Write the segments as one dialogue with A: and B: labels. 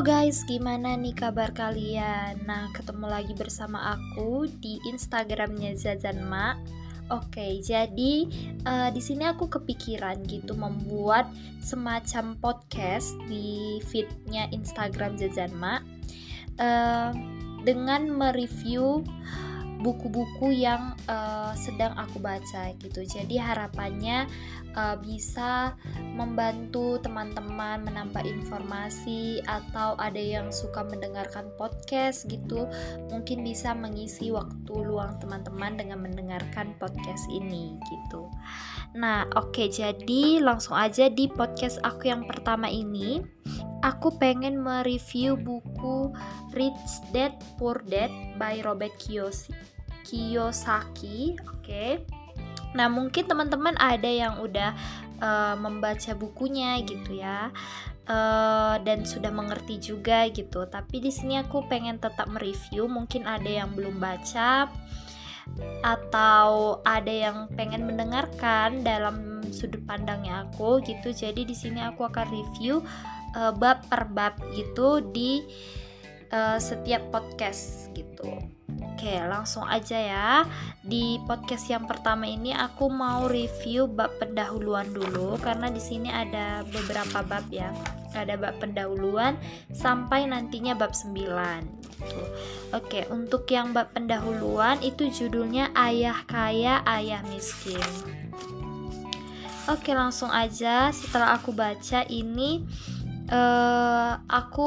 A: Guys, gimana nih kabar kalian? Nah, ketemu lagi bersama aku di Instagramnya Zazanma. Oke, jadi di sini aku kepikiran gitu membuat semacam podcast di feednya Instagram Zazanma eh, dengan mereview buku-buku yang sedang aku baca gitu. Jadi harapannya bisa membantu teman-teman menambah informasi, atau ada yang suka mendengarkan podcast gitu, mungkin bisa mengisi waktu luang teman-teman dengan mendengarkan podcast ini gitu. Nah, oke, jadi langsung aja di podcast aku yang pertama ini aku pengen mereview buku Rich Dad Poor Dad by Robert Kiyosaki. Oke. Nah, mungkin teman-teman ada yang udah membaca bukunya gitu ya, dan sudah mengerti juga gitu. Tapi di sini aku pengen tetap mereview. Mungkin ada yang belum baca atau ada yang pengen mendengarkan dalam sudut pandangnya aku gitu. Jadi di sini aku akan review bab per bab gitu di setiap podcast gitu. Oke, langsung aja ya. Di podcast yang pertama ini aku mau review bab pendahuluan dulu, karena di sini ada beberapa bab ya. Ada bab pendahuluan sampai nantinya bab 9 gitu. Oke, untuk yang bab pendahuluan itu judulnya Ayah Kaya, Ayah Miskin. Oke, langsung aja. Setelah aku baca ini aku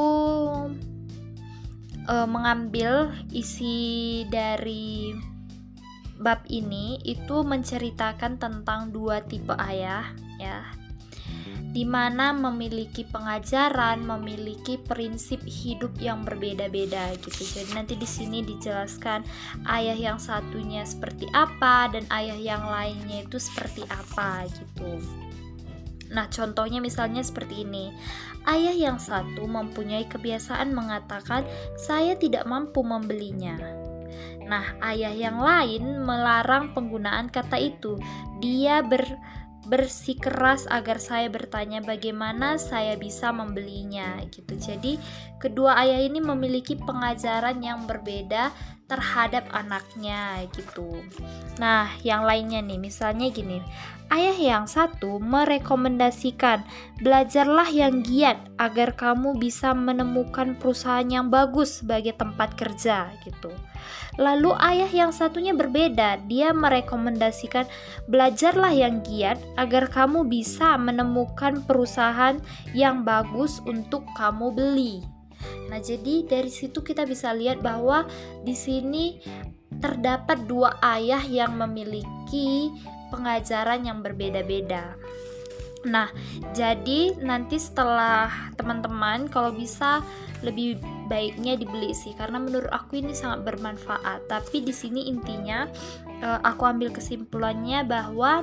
A: mengambil isi dari bab ini itu menceritakan tentang dua tipe ayah ya, dimana memiliki pengajaran, memiliki prinsip hidup yang berbeda-beda gitu. Jadi nanti di sini dijelaskan ayah yang satunya seperti apa dan ayah yang lainnya itu seperti apa gitu. Nah, contohnya misalnya seperti ini. Ayah yang satu mempunyai kebiasaan mengatakan, "Saya tidak mampu membelinya." Nah, ayah yang lain melarang penggunaan kata itu. Dia bersikeras agar saya bertanya bagaimana saya bisa membelinya gitu. Jadi, kedua ayah ini memiliki pengajaran yang berbeda terhadap anaknya gitu. Nah, yang lainnya nih, misalnya gini. Ayah yang satu merekomendasikan, belajarlah yang giat agar kamu bisa menemukan perusahaan yang bagus sebagai tempat kerja gitu. Lalu ayah yang satunya berbeda, dia merekomendasikan, belajarlah yang giat agar kamu bisa menemukan perusahaan yang bagus untuk kamu beli. Nah, jadi dari situ kita bisa lihat bahwa di sini terdapat dua ayah yang memiliki pengajaran yang berbeda-beda. Nah, jadi nanti setelah teman-teman kalau bisa lebih baiknya dibeli sih, karena menurut aku ini sangat bermanfaat. Tapi di sini intinya aku ambil kesimpulannya bahwa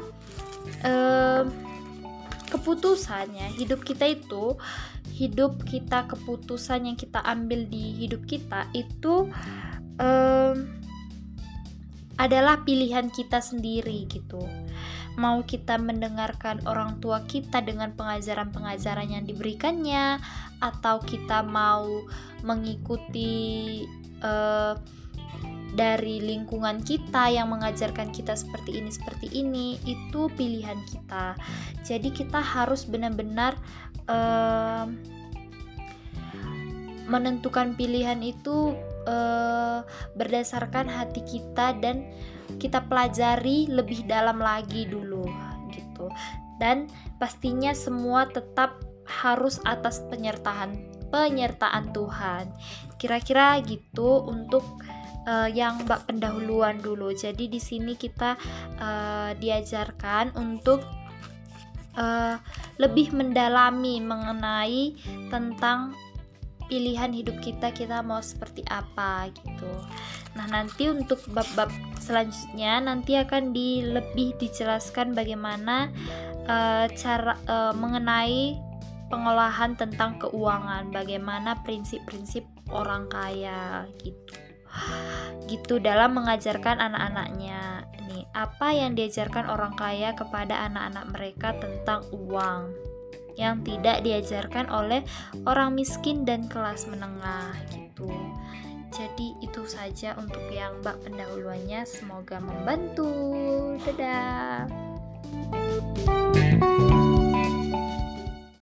A: keputusannya hidup kita itu, keputusan yang kita ambil di hidup kita itu adalah pilihan kita sendiri gitu. Mau kita mendengarkan orang tua kita dengan pengajaran-pengajaran yang diberikannya, atau kita mau mengikuti dari lingkungan kita yang mengajarkan kita seperti ini, itu pilihan kita. Jadi kita harus benar-benar menentukan pilihan itu berdasarkan hati kita, dan kita pelajari lebih dalam lagi dulu gitu. Dan pastinya semua tetap harus atas penyertaan Tuhan. Kira-kira gitu untuk yang bab pendahuluan dulu. Jadi di sini kita diajarkan untuk lebih mendalami mengenai tentang pilihan hidup kita mau seperti apa gitu. Nah, nanti untuk bab-bab selanjutnya nanti akan lebih dijelaskan bagaimana cara mengenai pengolahan tentang keuangan, bagaimana prinsip-prinsip orang kaya gitu dalam mengajarkan anak-anaknya. Nih, apa yang diajarkan orang kaya kepada anak-anak mereka tentang uang. yang tidak diajarkan oleh orang miskin dan kelas menengah gitu. Jadi itu saja untuk yang bab pendahuluannya, semoga membantu. Dadah.